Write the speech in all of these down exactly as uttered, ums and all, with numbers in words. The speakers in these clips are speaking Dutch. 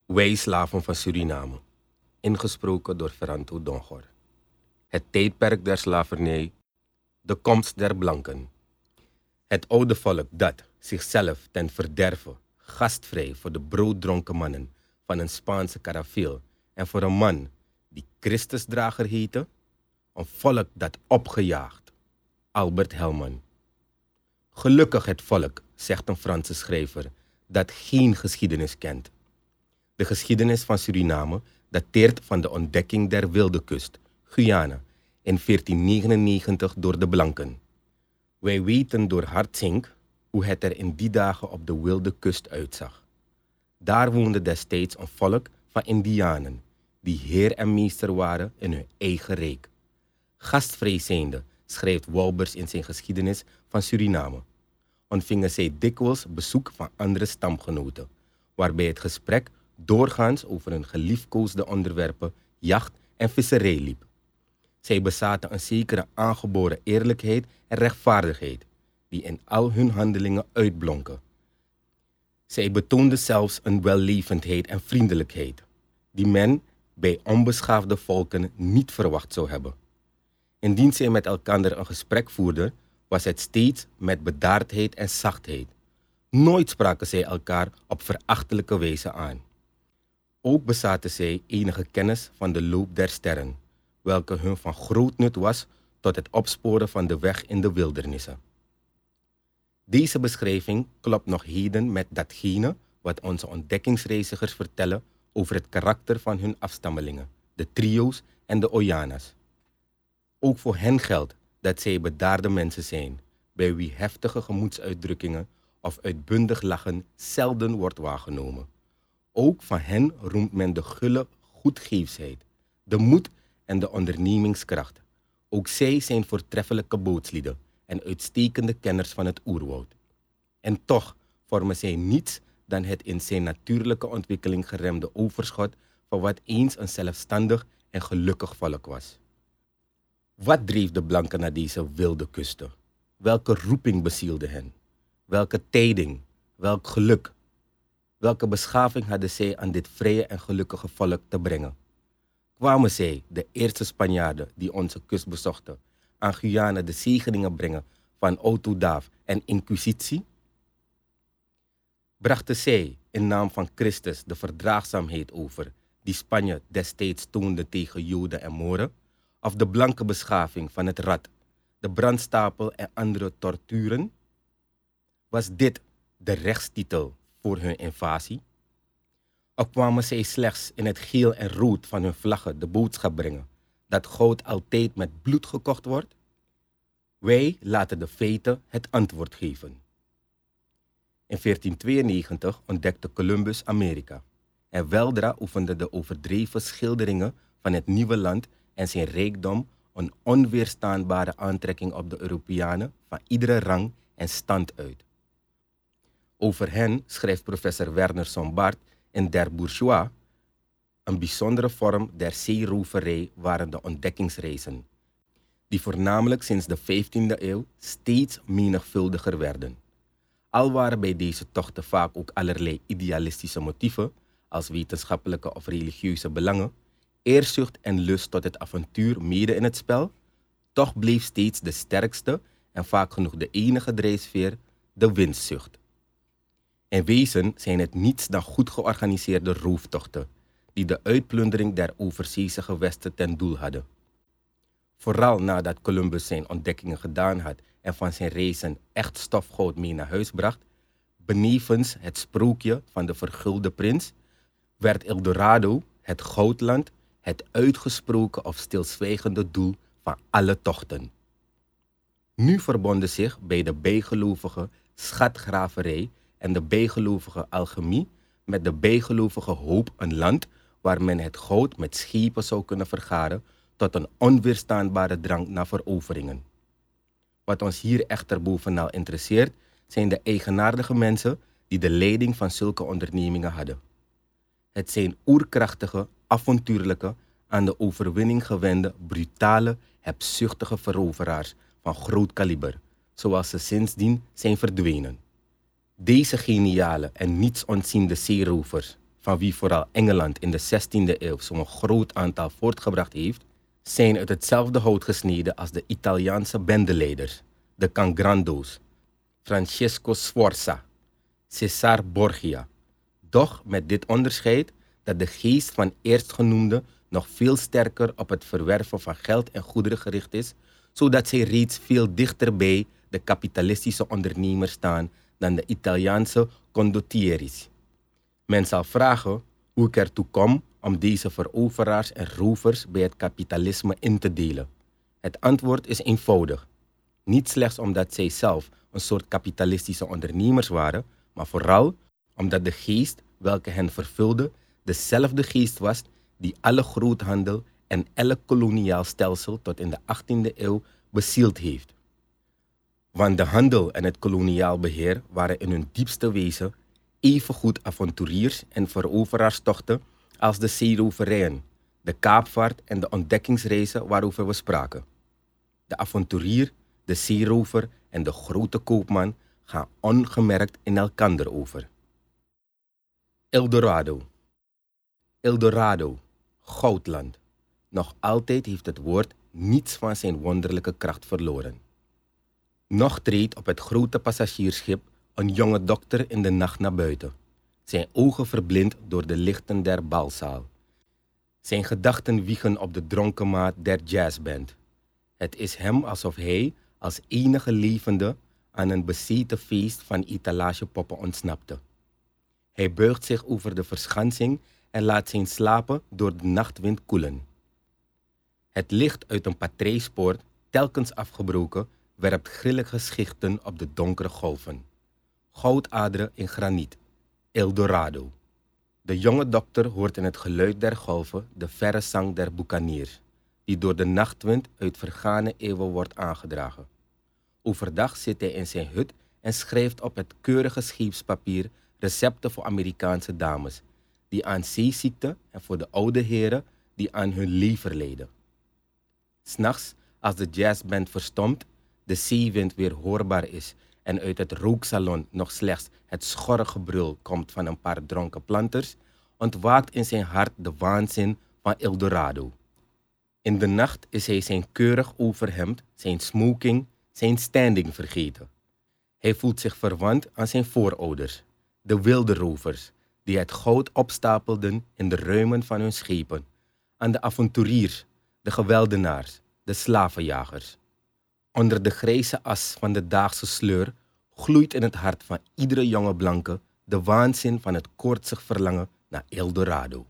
Wij slaven van Suriname, ingesproken door Ferranto Dongor. Het tijdperk der slavernij, de komst der blanken. Het oude volk dat zichzelf ten verderve, gastvrij voor de brooddronken mannen van een Spaanse karaveel en voor een man die Christusdrager heette, een volk dat opgejaagd. Albert Helman. Gelukkig het volk, zegt een Franse schrijver, dat geen geschiedenis kent. De geschiedenis van Suriname dateert van de ontdekking der Wilde Kust, Guyana, in veertien negenennegentig door de blanken. Wij weten door Hartzenk hoe het er in die dagen op de Wilde Kust uitzag. Daar woonde destijds een volk van Indianen, die heer en meester waren in hun eigen rijk. Gastvrij zijnde, schrijft Wolbers in zijn geschiedenis van Suriname, ontvingen zij dikwijls bezoek van andere stamgenoten, waarbij het gesprek doorgaans over hun geliefkoosde onderwerpen jacht en visserij liep. Zij bezaten een zekere aangeboren eerlijkheid en rechtvaardigheid, die in al hun handelingen uitblonken. Zij betoonden zelfs een wellevendheid en vriendelijkheid, die men bij onbeschaafde volken niet verwacht zou hebben. Indien zij met elkander een gesprek voerden, was het steeds met bedaardheid en zachtheid. Nooit spraken zij elkaar op verachtelijke wijze aan. Ook bezaten zij enige kennis van de loop der sterren, welke hun van groot nut was tot het opsporen van de weg in de wildernissen. Deze beschrijving klopt nog heden met datgene wat onze ontdekkingsreizigers vertellen over het karakter van hun afstammelingen, de trio's en de Oyanas. Ook voor hen geldt dat zij bedaarde mensen zijn, bij wie heftige gemoedsuitdrukkingen of uitbundig lachen zelden wordt waargenomen. Ook van hen roemt men de gulle goedgeefsheid, de moed en de ondernemingskracht. Ook zij zijn voortreffelijke bootslieden en uitstekende kenners van het oerwoud. En toch vormen zij niets dan het in zijn natuurlijke ontwikkeling geremde overschot van wat eens een zelfstandig en gelukkig volk was. Wat dreef de blanken naar deze wilde kusten? Welke roeping bezielde hen? Welke tijding? Welk geluk? Welke beschaving hadden zij aan dit vrije en gelukkige volk te brengen? Kwamen zij, de eerste Spanjaarden die onze kust bezochten, aan Guyana de zegeningen brengen van autodaaf en inquisitie? Brachten zij in naam van Christus de verdraagzaamheid over die Spanje destijds toonde tegen Joden en Moren? Of de blanke beschaving van het rad, de brandstapel en andere torturen? Was dit de rechtstitel voor hun invasie? Of kwamen zij slechts in het geel en rood van hun vlaggen de boodschap brengen dat goud altijd met bloed gekocht wordt? Wij laten de feiten het antwoord geven. In veertien tweeënnegentig ontdekte Columbus Amerika en weldra oefenden de overdreven schilderingen van het nieuwe land en zijn rijkdom een onweerstaanbare aantrekking op de Europeanen van iedere rang en stand uit. Over hen schrijft professor Werner Sombart in Der Bourgeois: een bijzondere vorm der zeeroverij waren de ontdekkingsreizen, die voornamelijk sinds de vijftiende eeuw steeds menigvuldiger werden. Al waren bij deze tochten vaak ook allerlei idealistische motieven, als wetenschappelijke of religieuze belangen, eerzucht en lust tot het avontuur mede in het spel, toch bleef steeds de sterkste en vaak genoeg de enige drijfveer de winstzucht. In wezen zijn het niets dan goed georganiseerde rooftochten, die de uitplundering der overzeese gewesten ten doel hadden. Vooral nadat Columbus zijn ontdekkingen gedaan had en van zijn reizen echt stofgoud mee naar huis bracht, benevens het sprookje van de vergulde prins, werd El Dorado, het goudland, het uitgesproken of stilzwijgende doel van alle tochten. Nu verbonden zich bij de bijgelovige schatgraverij en de bijgelovige alchemie met de bijgelovige hoop een land waar men het goud met schepen zou kunnen vergaren tot een onweerstaanbare drang naar veroveringen. Wat ons hier echter bovenal interesseert, zijn de eigenaardige mensen die de leiding van zulke ondernemingen hadden. Het zijn oerkrachtige, avontuurlijke, aan de overwinning gewende, brutale, hebzuchtige veroveraars van groot kaliber, zoals ze sindsdien zijn verdwenen. Deze geniale en niets ontziende zeerovers van wie vooral Engeland in de zestiende eeuw zo'n groot aantal voortgebracht heeft, zijn uit hetzelfde hout gesneden als de Italiaanse bendeleiders, de Cangrando's, Francesco Sforza, Cesar Borgia. Doch met dit onderscheid dat de geest van eerstgenoemde nog veel sterker op het verwerven van geld en goederen gericht is, zodat zij reeds veel dichter bij de kapitalistische ondernemers staan dan de Italiaanse condottieris. Men zal vragen hoe ik ertoe kom om deze veroveraars en rovers bij het kapitalisme in te delen. Het antwoord is eenvoudig. Niet slechts omdat zij zelf een soort kapitalistische ondernemers waren, maar vooral omdat de geest welke hen vervulde dezelfde geest was die alle groothandel en elk koloniaal stelsel tot in de achttiende eeuw bezield heeft. Want de handel en het koloniaal beheer waren in hun diepste wezen evengoed avonturiers en veroveraarstochten als de zeeroverijen, de kaapvaart en de ontdekkingsreizen waarover we spraken. De avonturier, de zeerover en de grote koopman gaan ongemerkt in elkander over. Eldorado. Eldorado, goudland. Nog altijd heeft het woord niets van zijn wonderlijke kracht verloren. Nog treedt op het grote passagiersschip een jonge dokter in de nacht naar buiten, zijn ogen verblind door de lichten der balzaal. Zijn gedachten wiegen op de dronken maat der jazzband. Het is hem alsof hij, als enige levende, aan een bezeten feest van etalagepoppen ontsnapte. Hij buigt zich over de verschansing en laat zijn slapen door de nachtwind koelen. Het licht uit een patrijspoort, telkens afgebroken, werpt grillige schichten op de donkere golven. Goudaderen in graniet. Eldorado. De jonge dokter hoort in het geluid der golven de verre zang der boekaniers, die door de nachtwind uit vergane eeuwen wordt aangedragen. Overdag zit hij in zijn hut en schrijft op het keurige scheepspapier recepten voor Amerikaanse dames, die aan zeeziekte en voor de oude heren die aan hun lever lijden. 'S'nachts, als de jazzband verstomt, de zeewind weer hoorbaar is en uit het rooksalon nog slechts het schorre gebrul komt van een paar dronken planters, ontwaakt in zijn hart de waanzin van Eldorado. In de nacht is hij zijn keurig overhemd, zijn smoking, zijn standing vergeten. Hij voelt zich verwant aan zijn voorouders, de wilde rovers, die het goud opstapelden in de ruimen van hun schepen, aan de avonturiers, de geweldenaars, de slavenjagers. Onder de grijze as van de daagse sleur gloeit in het hart van iedere jonge blanke de waanzin van het koortsig verlangen naar Eldorado.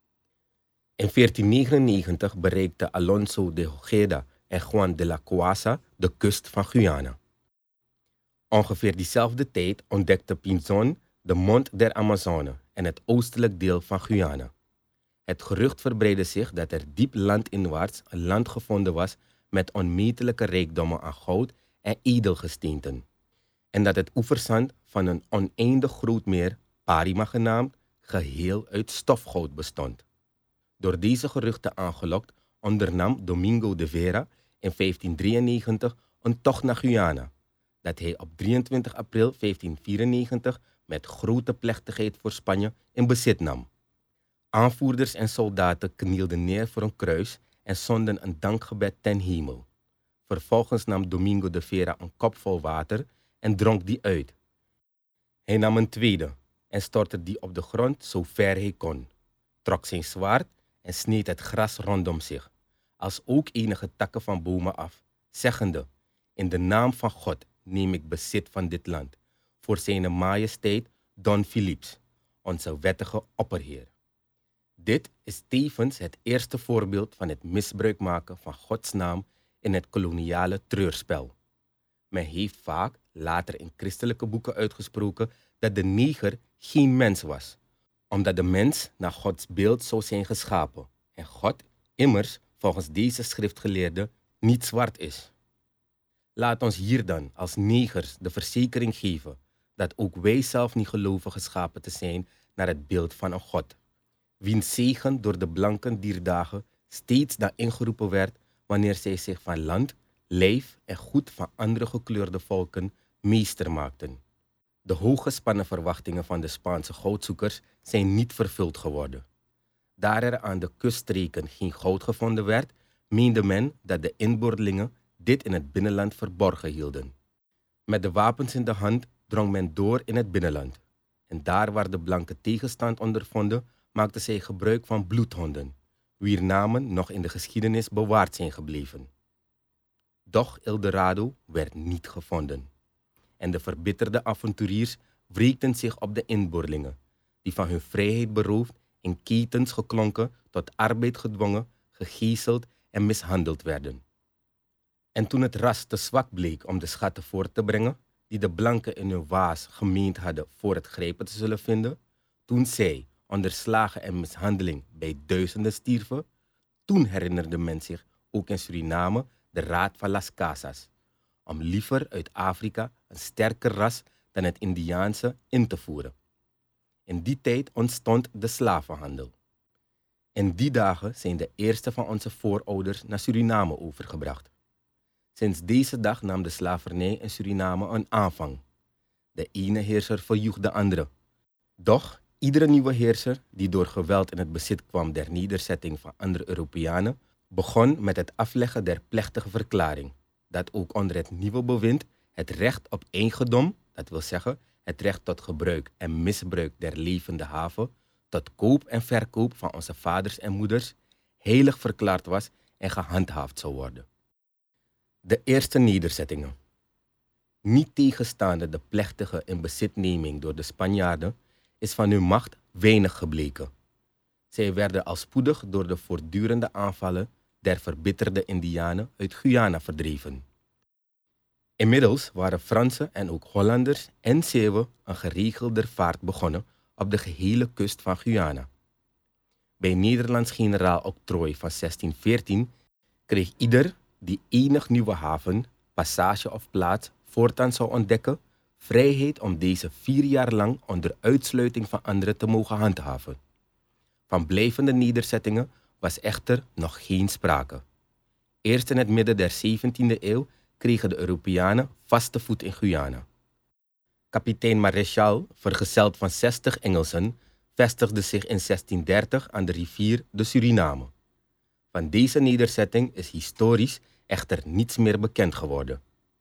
In veertien negenennegentig bereikten Alonso de Ojeda en Juan de la Cosa de kust van Guyana. Ongeveer diezelfde tijd ontdekte Pinzon de mond der Amazone en het oostelijk deel van Guyana. Het gerucht verbreidde zich dat er diep landinwaarts een land gevonden was met onmetelijke rijkdommen aan goud en edelgesteenten, en dat het oeverzand van een oneindig groot meer, Parima genaamd, geheel uit stofgoud bestond. Door deze geruchten aangelokt ondernam Domingo de Vera in vijftien drieënnegentig een tocht naar Guyana, dat hij op drieëntwintig april vijftien vierennegentig met grote plechtigheid voor Spanje in bezit nam. Aanvoerders en soldaten knielden neer voor een kruis en zonden een dankgebed ten hemel. Vervolgens nam Domingo de Vera een kop vol water en dronk die uit. Hij nam een tweede en stortte die op de grond zo ver hij kon, trok zijn zwaard en sneed het gras rondom zich, als ook enige takken van bomen af, zeggende: in de naam van God neem ik bezit van dit land, voor zijn majesteit Don Philips, onze wettige opperheer. Dit is tevens het eerste voorbeeld van het misbruik maken van Gods naam in het koloniale treurspel. Men heeft vaak later in christelijke boeken uitgesproken dat de neger geen mens was, omdat de mens naar Gods beeld zou zijn geschapen en God immers volgens deze schriftgeleerde niet zwart is. Laat ons hier dan als negers de verzekering geven dat ook wij zelf niet geloven geschapen te zijn naar het beeld van een God, wiens zegen door de blanken dier dagen steeds dan ingeroepen werd wanneer zij zich van land, lijf en goed van andere gekleurde volken meester maakten. De hooggespannen verwachtingen van de Spaanse goudzoekers zijn niet vervuld geworden. Daar er aan de kuststreken geen goud gevonden werd, meende men dat de inboorlingen dit in het binnenland verborgen hielden. Met de wapens in de hand drong men door in het binnenland. En daar waar de blanken tegenstand ondervonden, maakten zij gebruik van bloedhonden, wier namen nog in de geschiedenis bewaard zijn gebleven. Doch El Dorado werd niet gevonden. En de verbitterde avonturiers wreekten zich op de inboorlingen, die van hun vrijheid beroofd, in ketens geklonken, tot arbeid gedwongen, gegezeld en mishandeld werden. En toen het ras te zwak bleek om de schatten voort te brengen, die de blanken in hun waas gemeend hadden voor het grijpen te zullen vinden, toen zij, onder slagen en mishandeling, bij duizenden stierven, toen herinnerde men zich ook in Suriname de Raad van Las Casas, om liever uit Afrika een sterker ras dan het Indiaanse in te voeren. In die tijd ontstond de slavenhandel. In die dagen zijn de eerste van onze voorouders naar Suriname overgebracht. Sinds deze dag nam de slavernij in Suriname een aanvang. De ene heerser verjoeg de andere. Doch iedere nieuwe heerser die door geweld in het bezit kwam der nederzetting van andere Europeanen, begon met het afleggen der plechtige verklaring, dat ook onder het nieuwe bewind het recht op eigendom, dat wil zeggen het recht tot gebruik en misbruik der levende haven, tot koop en verkoop van onze vaders en moeders, heilig verklaard was en gehandhaafd zou worden. De eerste nederzettingen. Niet tegenstaande de plechtige inbezitneming door de Spanjaarden, is van hun macht weinig gebleken. Zij werden al spoedig door de voortdurende aanvallen der verbitterde Indianen uit Guyana verdreven. Inmiddels waren Fransen en ook Hollanders en Zeeuwen een geregelde vaart begonnen op de gehele kust van Guyana. Bij Nederlands generaal octrooi van zestien veertien kreeg ieder die enig nieuwe haven, passage of plaats voortaan zou ontdekken, vrijheid om deze vier jaar lang onder uitsluiting van anderen te mogen handhaven. Van blijvende nederzettingen was echter nog geen sprake. Eerst in het midden der zeventiende eeuw kregen de Europeanen vaste voet in Guyana. Kapitein Maréchal, vergezeld van zestig Engelsen, vestigde zich in zestien dertig aan de rivier de Suriname. Van deze nederzetting is historisch echter niets meer bekend geworden.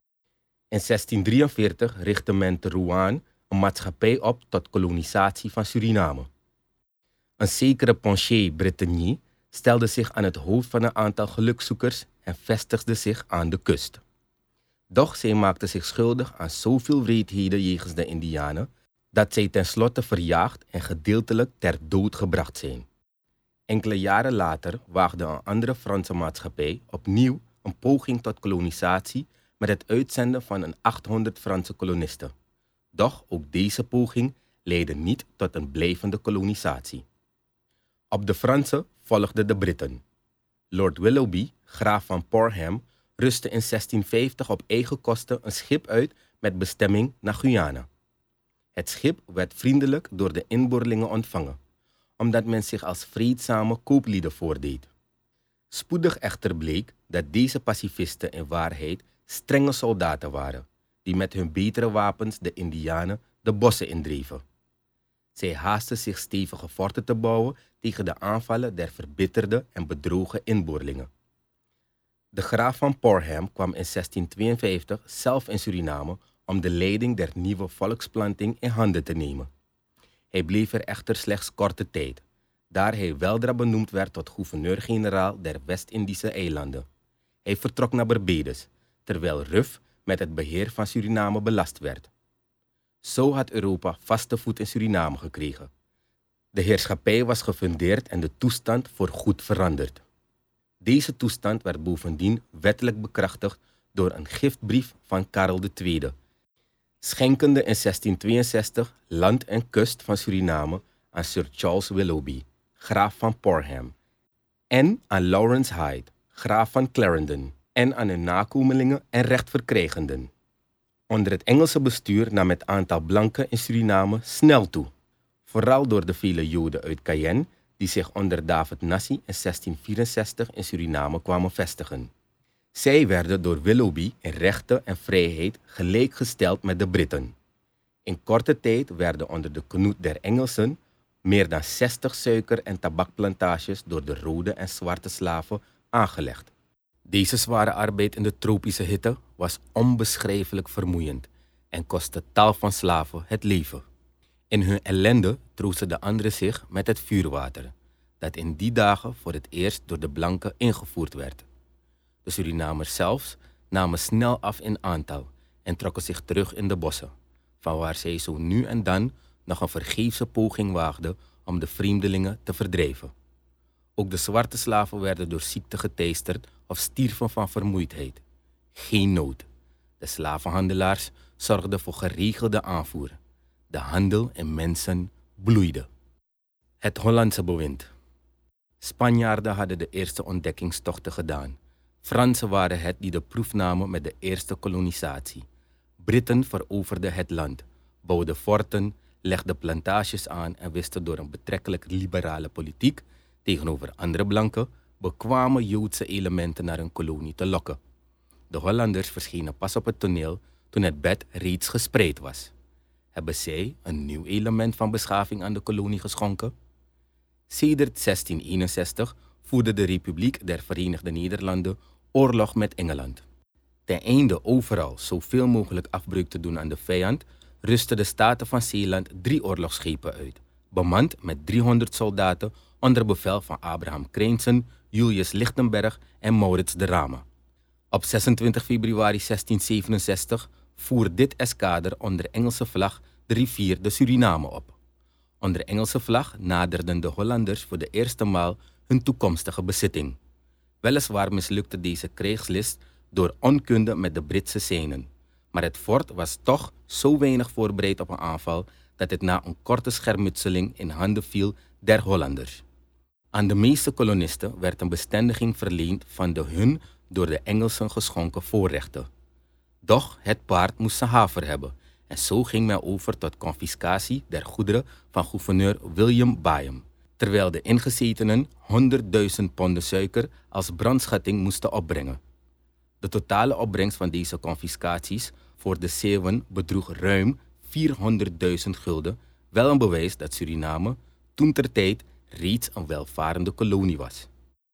In zestien drieënveertig richtte men te Rouen een maatschappij op tot kolonisatie van Suriname. Een zekere Poncher Bretigny stelde zich aan het hoofd van een aantal gelukzoekers en vestigde zich aan de kust. Doch zij maakte zich schuldig aan zoveel wreedheden jegens de Indianen, dat zij tenslotte verjaagd en gedeeltelijk ter dood gebracht zijn. Enkele jaren later waagde een andere Franse maatschappij opnieuw een poging tot kolonisatie met het uitzenden van een achthonderd Franse kolonisten. Doch ook deze poging leidde niet tot een blijvende kolonisatie. Op de Fransen volgden de Britten. Lord Willoughby, graaf van Portham, rustte in zestien vijftig op eigen kosten een schip uit met bestemming naar Guyana. Het schip werd vriendelijk door de inboorlingen ontvangen, omdat men zich als vreedzame kooplieden voordeed. Spoedig echter bleek dat deze pacifisten in waarheid strenge soldaten waren, die met hun betere wapens de Indianen de bossen indreven. Zij haasten zich stevige forten te bouwen tegen de aanvallen der verbitterde en bedrogen inboorlingen. De graaf van Portham kwam in zestien tweeënvijftig zelf in Suriname om de leiding der nieuwe volksplanting in handen te nemen. Hij bleef er echter slechts korte tijd, daar hij weldra benoemd werd tot gouverneur-generaal der West-Indische eilanden. Hij vertrok naar Barbados, terwijl Ruff met het beheer van Suriname belast werd. Zo had Europa vaste voet in Suriname gekregen. De heerschappij was gefundeerd en de toestand voorgoed veranderd. Deze toestand werd bovendien wettelijk bekrachtigd door een giftbrief van Karel de Tweede, schenkende in zestien tweeënzestig land en kust van Suriname aan Sir Charles Willoughby, graaf van Portham, en aan Lawrence Hyde, graaf van Clarendon, en aan hun nakomelingen en rechtverkrijgenden. Onder het Engelse bestuur nam het aantal blanken in Suriname snel toe, vooral door de vele Joden uit Cayenne die zich onder David Nassi in zestien vierenzestig in Suriname kwamen vestigen. Zij werden door Willoughby in rechten en vrijheid gelijkgesteld met de Britten. In korte tijd werden onder de knoet der Engelsen meer dan zestig suiker- en tabakplantages door de rode en zwarte slaven aangelegd. Deze zware arbeid in de tropische hitte was onbeschrijfelijk vermoeiend en kostte tal van slaven het leven. In hun ellende troosten de anderen zich met het vuurwater, dat in die dagen voor het eerst door de blanken ingevoerd werd. De Surinamers zelfs namen snel af in aantal en trokken zich terug in de bossen, vanwaar zij zo nu en dan nog een vergeefse poging waagden om de vreemdelingen te verdrijven. Ook de zwarte slaven werden door ziekte geteisterd of stierven van vermoeidheid. Geen nood. De slavenhandelaars zorgden voor geregelde aanvoer. De handel in mensen bloeide. Het Hollandse bewind. Spanjaarden hadden de eerste ontdekkingstochten gedaan. Fransen waren het die de proef namen met de eerste kolonisatie. Britten veroverden het land, bouwden forten, legden plantages aan en wisten door een betrekkelijk liberale politiek tegenover andere blanken bekwame Joodse elementen naar hun kolonie te lokken. De Hollanders verschenen pas op het toneel toen het bed reeds gespreid was. Hebben zij een nieuw element van beschaving aan de kolonie geschonken? Sedert zestien eenenzestig voerde de Republiek der Verenigde Nederlanden oorlog met Engeland. Ten einde overal zoveel mogelijk afbreuk te doen aan de vijand, rustten de Staten van Zeeland drie oorlogsschepen uit, bemand met driehonderd soldaten onder bevel van Abraham Cranston, Julius Lichtenberg en Maurits de Rama. Op zesentwintig februari zestien zevenenzestig voer dit eskader onder Engelse vlag de rivier de Suriname op. Onder Engelse vlag naderden de Hollanders voor de eerste maal hun toekomstige bezitting. Weliswaar mislukte deze krijgslist door onkunde met de Britse seinen, maar het fort was toch zo weinig voorbereid op een aanval dat het na een korte schermutseling in handen viel der Hollanders. Aan de meeste kolonisten werd een bestendiging verleend van de hun door de Engelsen geschonken voorrechten. Doch het paard moest zijn haver hebben en zo ging men over tot confiscatie der goederen van gouverneur William Byam, terwijl de ingezetenen honderdduizend ponden suiker als brandschatting moesten opbrengen. De totale opbrengst van deze confiscaties voor de Zeeuwen bedroeg ruim vierhonderdduizend gulden, wel een bewijs dat Suriname toentertijd reeds een welvarende kolonie was.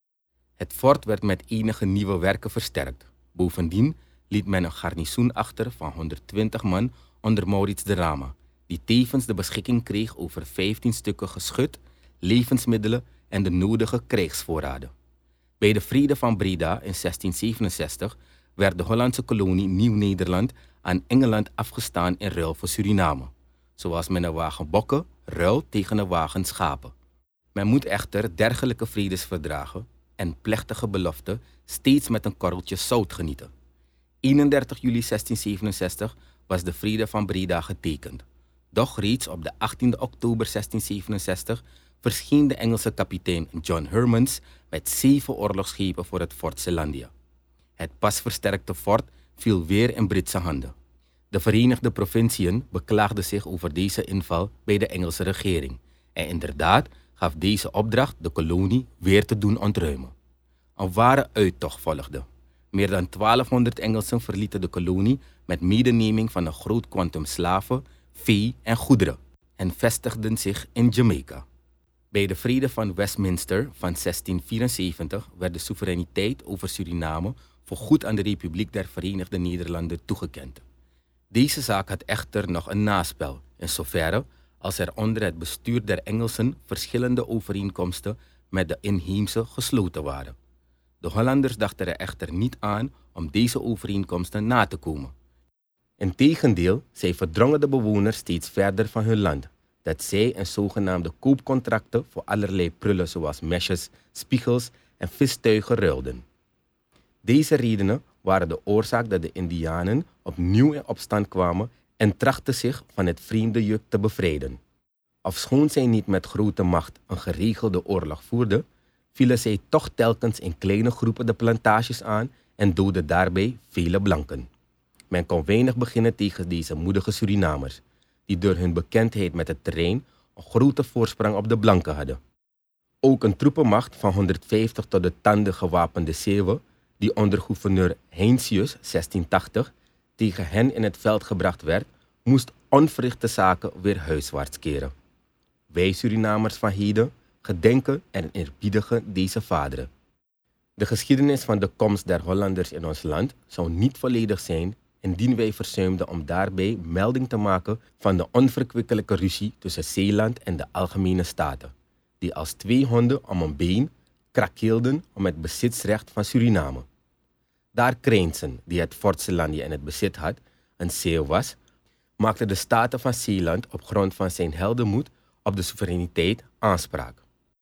Het fort werd met enige nieuwe werken versterkt. Bovendien liet men een garnizoen achter van honderdtwintig man onder Maurits de Rama, die tevens de beschikking kreeg over vijftien stukken geschut, levensmiddelen en de nodige krijgsvoorraden. Bij de Vrede van Breda in zestien zevenenzestig werd de Hollandse kolonie Nieuw-Nederland aan Engeland afgestaan in ruil voor Suriname, zoals met een wagen bokken ruil tegen een wagen schapen. Men moet echter dergelijke vredesverdragen en plechtige beloften steeds met een korreltje zout genieten. eenendertig juli zestien zevenenzestig was de Vrede van Breda getekend. Doch reeds op de achttiende oktober zestien zevenenzestig verscheen de Engelse kapitein John Hermans met zeven oorlogsschepen voor het fort Zeelandia. Het pas versterkte fort viel weer in Britse handen. De Verenigde Provinciën beklaagden zich over deze inval bij de Engelse regering en inderdaad gaf deze opdracht de kolonie weer te doen ontruimen. Een ware uittocht volgde. Meer dan twaalfhonderd Engelsen verlieten de kolonie met medeneming van een groot kwantum slaven, vee en goederen en vestigden zich in Jamaica. Bij de Vrede van Westminster van zestien vierenzeventig werd de soevereiniteit over Suriname voorgoed aan de Republiek der Verenigde Nederlanden toegekend. Deze zaak had echter nog een naspel, in zoverre als er onder het bestuur der Engelsen verschillende overeenkomsten met de inheemse gesloten waren. De Hollanders dachten er echter niet aan om deze overeenkomsten na te komen. Integendeel, zij verdrongen de bewoners steeds verder van hun land, dat zij in zogenaamde koopcontracten voor allerlei prullen zoals mesjes, spiegels en vistuigen ruilden. Deze redenen waren de oorzaak dat de Indianen opnieuw in opstand kwamen en trachtten zich van het vreemde juk te bevrijden. Ofschoon zij niet met grote macht een geregelde oorlog voerden, vielen zij toch telkens in kleine groepen de plantages aan en doodden daarbij vele blanken. Men kon weinig beginnen tegen deze moedige Surinamers, die door hun bekendheid met het terrein een grote voorsprong op de blanken hadden. Ook een troepenmacht van honderdvijftig tot de tanden gewapende Zeeuwen, die onder gouverneur Heinsius zestien tachtig tegen hen in het veld gebracht werd, moest onverrichte zaken weer huiswaarts keren. Wij Surinamers van heden gedenken en eerbiedigen deze vaderen. De geschiedenis van de komst der Hollanders in ons land zou niet volledig zijn indien wij verzuimden om daarbij melding te maken van de onverkwikkelijke ruzie tussen Zeeland en de Algemene Staten, die als twee honden om een been krakeelden om het bezitsrecht van Suriname. Daar Krijnsen, die het Fort Zeelandia in het bezit had, een Zeeuw was, maakte de Staten van Zeeland op grond van zijn heldenmoed op de soevereiniteit aanspraak.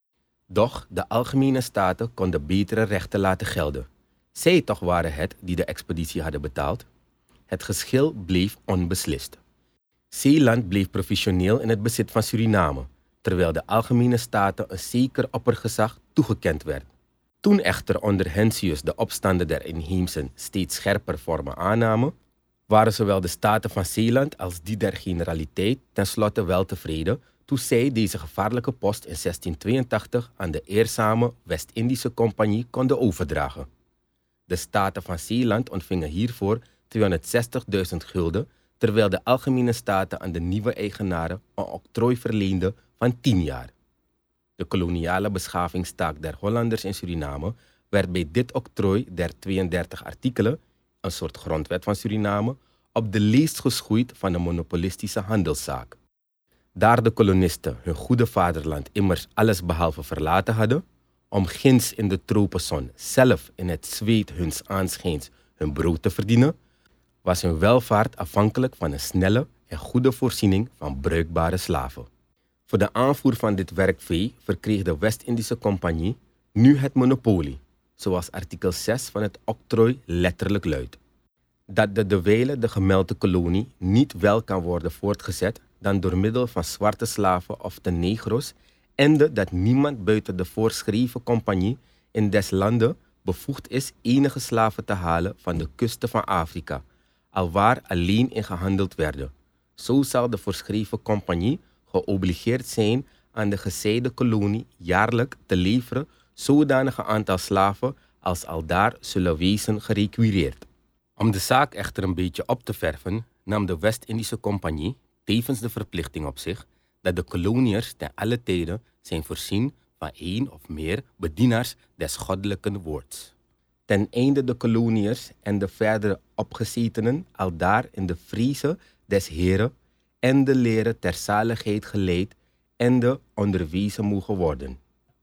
Doch de Algemene Staten konden betere rechten laten gelden. Zij toch waren het die de expeditie hadden betaald. Het geschil bleef onbeslist. Zeeland bleef professioneel in het bezit van Suriname, terwijl de Algemene Staten een zeker oppergezag toegekend werd. Toen echter onder Heinsius de opstanden der inheemsen steeds scherper vormen aannamen, waren zowel de Staten van Zeeland als die der Generaliteit tenslotte wel tevreden toen zij deze gevaarlijke post in zestien tweeëntachtig aan de eerzame West-Indische Compagnie konden overdragen. De Staten van Zeeland ontvingen hiervoor tweehonderdzestigduizend gulden, terwijl de Algemene Staten aan de nieuwe eigenaren een octrooi verleenden van tien jaar. De koloniale beschavingstaak der Hollanders in Suriname werd bij dit octrooi der tweeëndertig artikelen, een soort grondwet van Suriname, op de leest geschoeid van de monopolistische handelszaak. Daar de kolonisten hun goede vaderland immers allesbehalve verlaten hadden, om ginds in de tropenzon zelf in het zweet huns aanschijns hun brood te verdienen, was hun welvaart afhankelijk van een snelle en goede voorziening van bruikbare slaven. Voor de aanvoer van dit werkvee verkreeg de West-Indische Compagnie nu het monopolie, zoals artikel zes van het octrooi letterlijk luidt. Dat de dewijle de gemelde kolonie niet wel kan worden voortgezet dan door middel van zwarte slaven of de negro's, en de dat niemand buiten de voorschreven compagnie in des landen bevoegd is enige slaven te halen van de kusten van Afrika, alwaar alleen in gehandeld werden. Zo zal de voorschreven compagnie geobligeerd zijn aan de gezeide kolonie jaarlijk te leveren zodanige aantal slaven als aldaar zullen wezen gerequireerd. Om de zaak echter een beetje op te verven, nam de West-Indische Compagnie tevens de verplichting op zich dat de koloniërs ten alle tijden zijn voorzien van één of meer bedienaars des goddelijken woords. Ten einde de koloniërs en de verdere opgezetenen aldaar in de vreeze des Heren en de leren ter zaligheid geleid en de onderwezen mogen worden.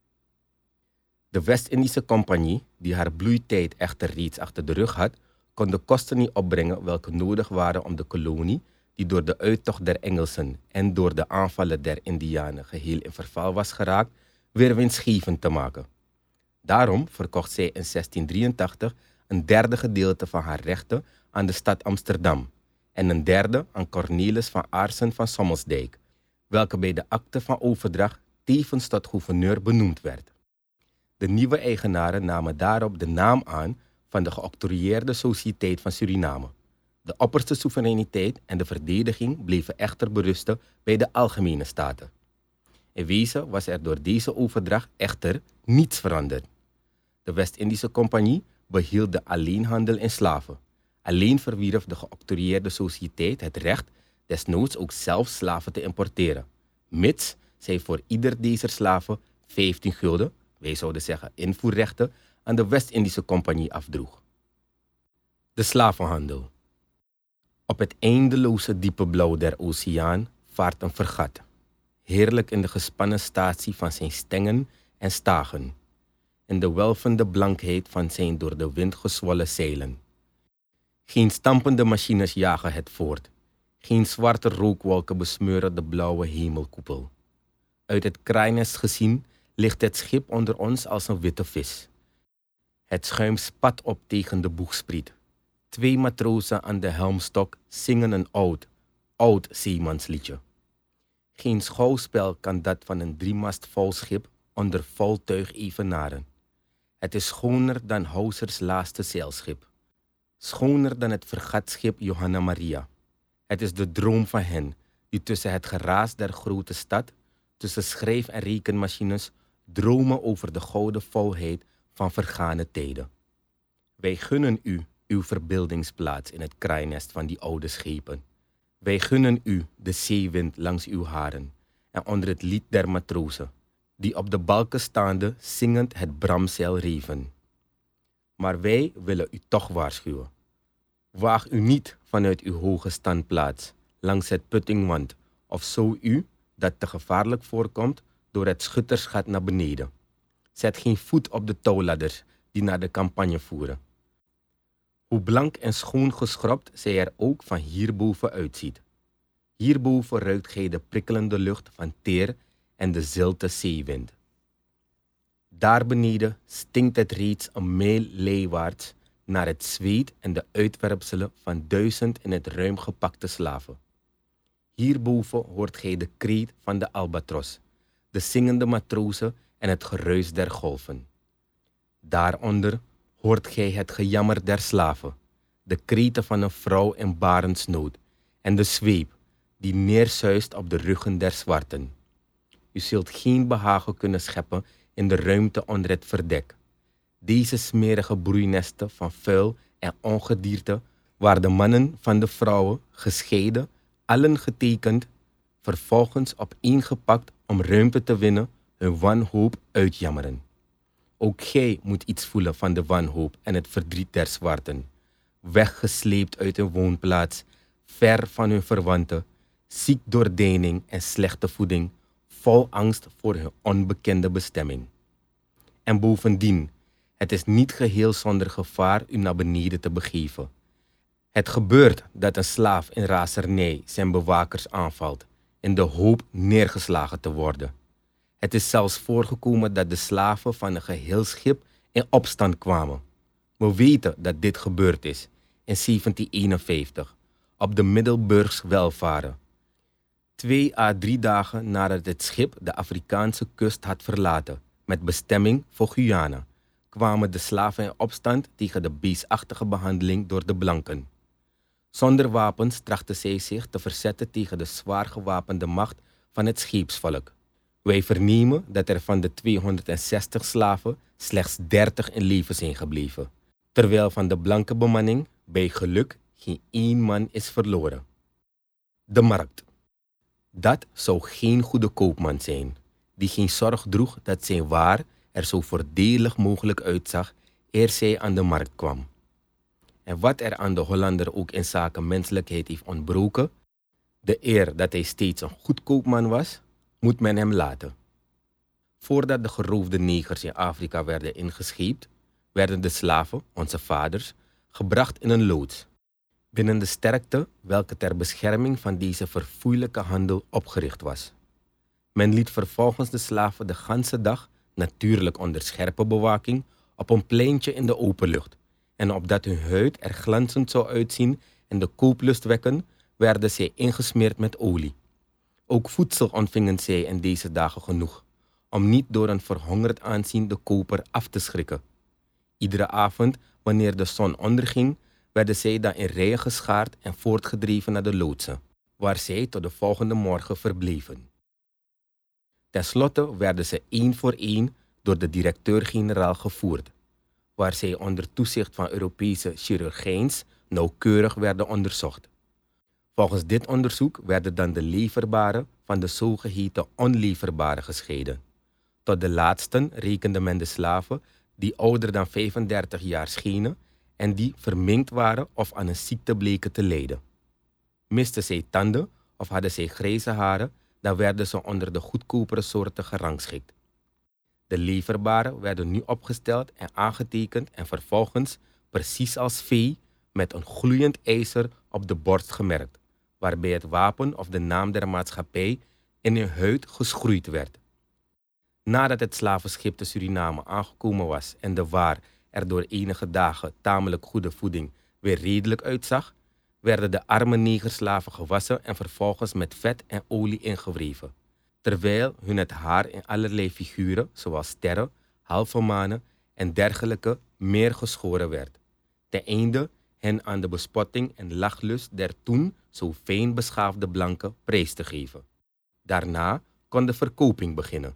De West-Indische Compagnie, die haar bloeitijd echter reeds achter de rug had, kon de kosten niet opbrengen welke nodig waren om de kolonie, die door de uittocht der Engelsen en door de aanvallen der Indianen geheel in verval was geraakt, weer winstgevend te maken. Daarom verkocht zij in zestien drieëntachtig een derde gedeelte van haar rechten aan de stad Amsterdam en een derde aan Cornelis van Aarssen van Sommelsdijk, welke bij de akte van overdracht tevens tot gouverneur benoemd werd. De nieuwe eigenaren namen daarop de naam aan van de geoctrooieerde Sociëteit van Suriname. De opperste soevereiniteit en de verdediging bleven echter berusten bij de Algemene Staten. In wezen was er door deze overdracht echter niets veranderd. De West-Indische Compagnie behield de alleenhandel in slaven. Alleen verwierf de geoctrooieerde Sociëteit het recht desnoods ook zelf slaven te importeren, mits zij voor ieder deze slaven vijftien gulden, wij zouden zeggen invoerrechten, aan de West-Indische Compagnie afdroeg. De slavenhandel. Op het eindeloze diepe blauw der oceaan vaart een fregat, heerlijk in de gespannen statie van zijn stengen en stagen, in de welvende blankheid van zijn door de wind gezwollen zeilen. Geen stampende machines jagen het voort, geen zwarte rookwolken besmeuren de blauwe hemelkoepel. Uit het kraainest gezien ligt het schip onder ons als een witte vis. Het schuim spat op tegen de boegspriet. Twee matrozen aan de helmstok zingen een oud, oud zeemansliedje. Geen schouwspel kan dat van een driemast vol schip onder vol tuig evenaren. Het is schoner dan Hausers laatste zeilschip. Schoner dan het fregatschip Johanna Maria. Het is de droom van hen die tussen het geraas der grote stad, tussen schrijf- en rekenmachines, dromen over de gouden volheid van vergane tijden. Wij gunnen u uw verbeeldingsplaats in het kraainest van die oude schepen. Wij gunnen u de zeewind langs uw haren en onder het lied der matrozen, die op de balken staande zingend het bramzeil reven. Maar wij willen u toch waarschuwen. Waag u niet vanuit uw hoge standplaats langs het puttingwand of zo u, dat te gevaarlijk voorkomt, door het schuttersgat naar beneden. Zet geen voet op de touwladders die naar de campagne voeren. Hoe blank en schoon geschrobt zij er ook van hierboven uitziet. Hierboven ruikt gij de prikkelende lucht van teer en de zilte zeewind. Daar beneden stinkt het reeds een mijl leewaarts naar het zweet en de uitwerpselen van duizend in het ruim gepakte slaven. Hierboven hoort gij de kreet van de albatros, de zingende matrozen en het geruis der golven. Daaronder hoort gij het gejammer der slaven, de kreten van een vrouw in barensnood en de zweep die neersuist op de ruggen der zwarten. U zult geen behagen kunnen scheppen in de ruimte onder het verdek. Deze smerige broeinesten van vuil en ongedierte, waar de mannen van de vrouwen, gescheiden, allen getekend, vervolgens opeengepakt om ruimte te winnen, hun wanhoop uitjammeren. Ook gij moet iets voelen van de wanhoop en het verdriet der zwarten, weggesleept uit hun woonplaats, ver van hun verwanten, ziek door deining en slechte voeding, vol angst voor hun onbekende bestemming. En bovendien, het is niet geheel zonder gevaar u naar beneden te begeven. Het gebeurt dat een slaaf in razernij zijn bewakers aanvalt, in de hoop neergeslagen te worden. Het is zelfs voorgekomen dat de slaven van een geheel schip in opstand kwamen. We weten dat dit gebeurd is in zeventien eenenvijftig, op de Middelburgs welvaren. Twee à drie dagen nadat het schip de Afrikaanse kust had verlaten, met bestemming voor Guyana, kwamen de slaven in opstand tegen de beestachtige behandeling door de blanken. Zonder wapens trachtten zij zich te verzetten tegen de zwaar gewapende macht van het scheepsvolk. Wij vernemen dat er van de tweehonderdzestig slaven slechts dertig in leven zijn gebleven, terwijl van de blanke bemanning bij geluk geen één man is verloren. De markt. Dat zou geen goede koopman zijn, die geen zorg droeg dat zijn waar er zo voordelig mogelijk uitzag eer zij aan de markt kwam. En wat er aan de Hollander ook in zaken menselijkheid heeft ontbroken, de eer dat hij steeds een goed koopman was, moet men hem laten. Voordat de geroofde negers in Afrika werden ingescheept, werden de slaven, onze vaders, gebracht in een loods, binnen de sterkte welke ter bescherming van deze verfoeilijke handel opgericht was. Men liet vervolgens de slaven de ganse dag, natuurlijk onder scherpe bewaking, op een pleintje in de open lucht, en opdat hun huid er glanzend zou uitzien en de kooplust wekken, werden zij ingesmeerd met olie. Ook voedsel ontvingen zij in deze dagen genoeg, om niet door een verhongerd aanzien de koper af te schrikken. Iedere avond, wanneer de zon onderging, werden zij dan in rijen geschaard en voortgedreven naar de loodsen, waar zij tot de volgende morgen verbleven. Ten slotte werden ze één voor één door de directeur-generaal gevoerd, waar zij onder toezicht van Europese chirurgijns nauwkeurig werden onderzocht. Volgens dit onderzoek werden dan de leverbare van de zogeheten onleverbare gescheiden. Tot de laatsten rekende men de slaven die ouder dan vijfendertig jaar schenen en die verminkt waren of aan een ziekte bleken te lijden. Misten zij tanden of hadden zij grijze haren, dan werden ze onder de goedkopere soorten gerangschikt. De leverbaren werden nu opgesteld en aangetekend en vervolgens, precies als vee, met een gloeiend ijzer op de borst gemerkt, waarbij het wapen of de naam der maatschappij in hun huid geschroeid werd. Nadat het slavenschip te Suriname aangekomen was en de waar er door enige dagen tamelijk goede voeding weer redelijk uitzag, werden de arme negerslaven gewassen en vervolgens met vet en olie ingewreven, terwijl hun het haar in allerlei figuren, zoals sterren, halve manen en dergelijke, meer geschoren werd, ten einde hen aan de bespotting en lachlust der toen zo fijn beschaafde blanken prijs te geven. Daarna kon de verkoping beginnen.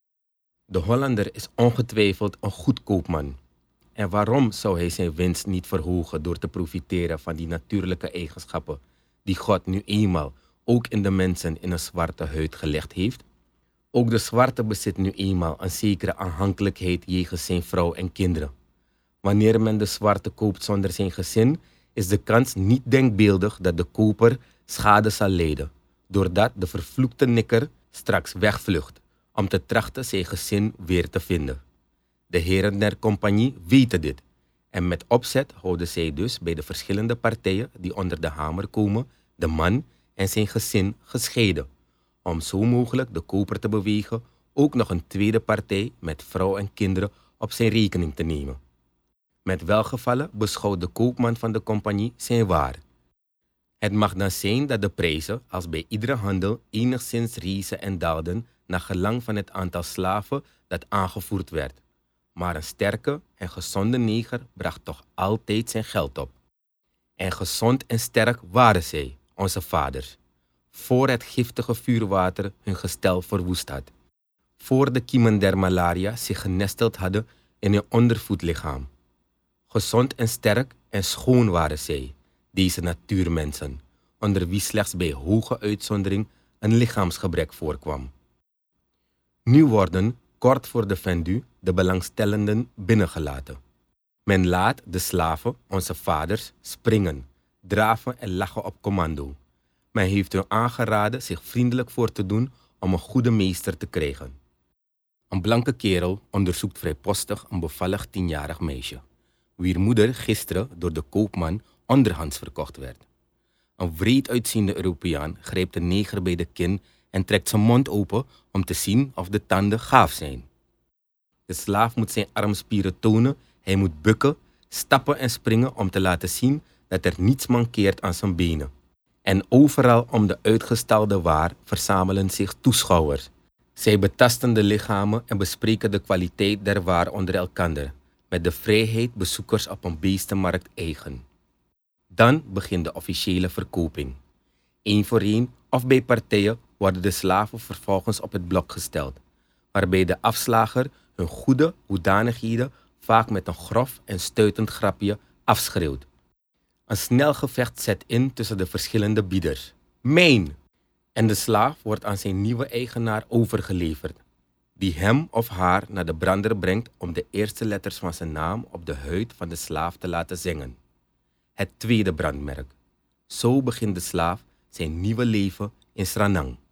De Hollander is ongetwijfeld een goed koopman. En waarom zou hij zijn winst niet verhogen door te profiteren van die natuurlijke eigenschappen die God nu eenmaal ook in de mensen in een zwarte huid gelegd heeft? Ook de zwarte bezit nu eenmaal een zekere aanhankelijkheid jegens zijn vrouw en kinderen. Wanneer men de zwarte koopt zonder zijn gezin, is de kans niet denkbeeldig dat de koper schade zal lijden, doordat de vervloekte nikker straks wegvlucht om te trachten zijn gezin weer te vinden. De heren der compagnie weten dit en met opzet houden zij dus bij de verschillende partijen die onder de hamer komen de man en zijn gezin gescheiden, om zo mogelijk de koper te bewegen ook nog een tweede partij met vrouw en kinderen op zijn rekening te nemen. Met welgevallen beschouwt de koopman van de compagnie zijn waar. Het mag dan zijn dat de prijzen, als bij iedere handel, enigszins rezen en daalden naar gelang van het aantal slaven dat aangevoerd werd. Maar een sterke en gezonde neger bracht toch altijd zijn geld op. En gezond en sterk waren zij, onze vaders, voor het giftige vuurwater hun gestel verwoest had, voor de kiemen der malaria zich genesteld hadden in hun ondervoedlichaam. Gezond en sterk en schoon waren zij, deze natuurmensen, onder wie slechts bij hoge uitzondering een lichaamsgebrek voorkwam. Nu worden, kort voor de vendu, de belangstellenden binnengelaten. Men laat de slaven, onze vaders, springen, draven en lachen op commando. Men heeft hun aangeraden zich vriendelijk voor te doen om een goede meester te krijgen. Een blanke kerel onderzoekt vrijpostig een bevallig tienjarig meisje, wier moeder gisteren door de koopman onderhands verkocht werd. Een wreed uitziende Europeaan grijpt de neger bij de kin en trekt zijn mond open om te zien of de tanden gaaf zijn. De slaaf moet zijn armspieren tonen, hij moet bukken, stappen en springen om te laten zien dat er niets mankeert aan zijn benen. En overal om de uitgestalde waar verzamelen zich toeschouwers. Zij betasten de lichamen en bespreken de kwaliteit der waar onder elkander, met de vrijheid bezoekers op een beestenmarkt eigen. Dan begint de officiële verkoping. Eén voor één of bij partijen worden de slaven vervolgens op het blok gesteld, waarbij de afslager hun goede hoedanigheden vaak met een grof en stuitend grapje afschreeuwt. Een snel gevecht zet in tussen de verschillende bieders. Mijn! En de slaaf wordt aan zijn nieuwe eigenaar overgeleverd, die hem of haar naar de brander brengt om de eerste letters van zijn naam op de huid van de slaaf te laten zingen. Het tweede brandmerk. Zo begint de slaaf zijn nieuwe leven in Sranang.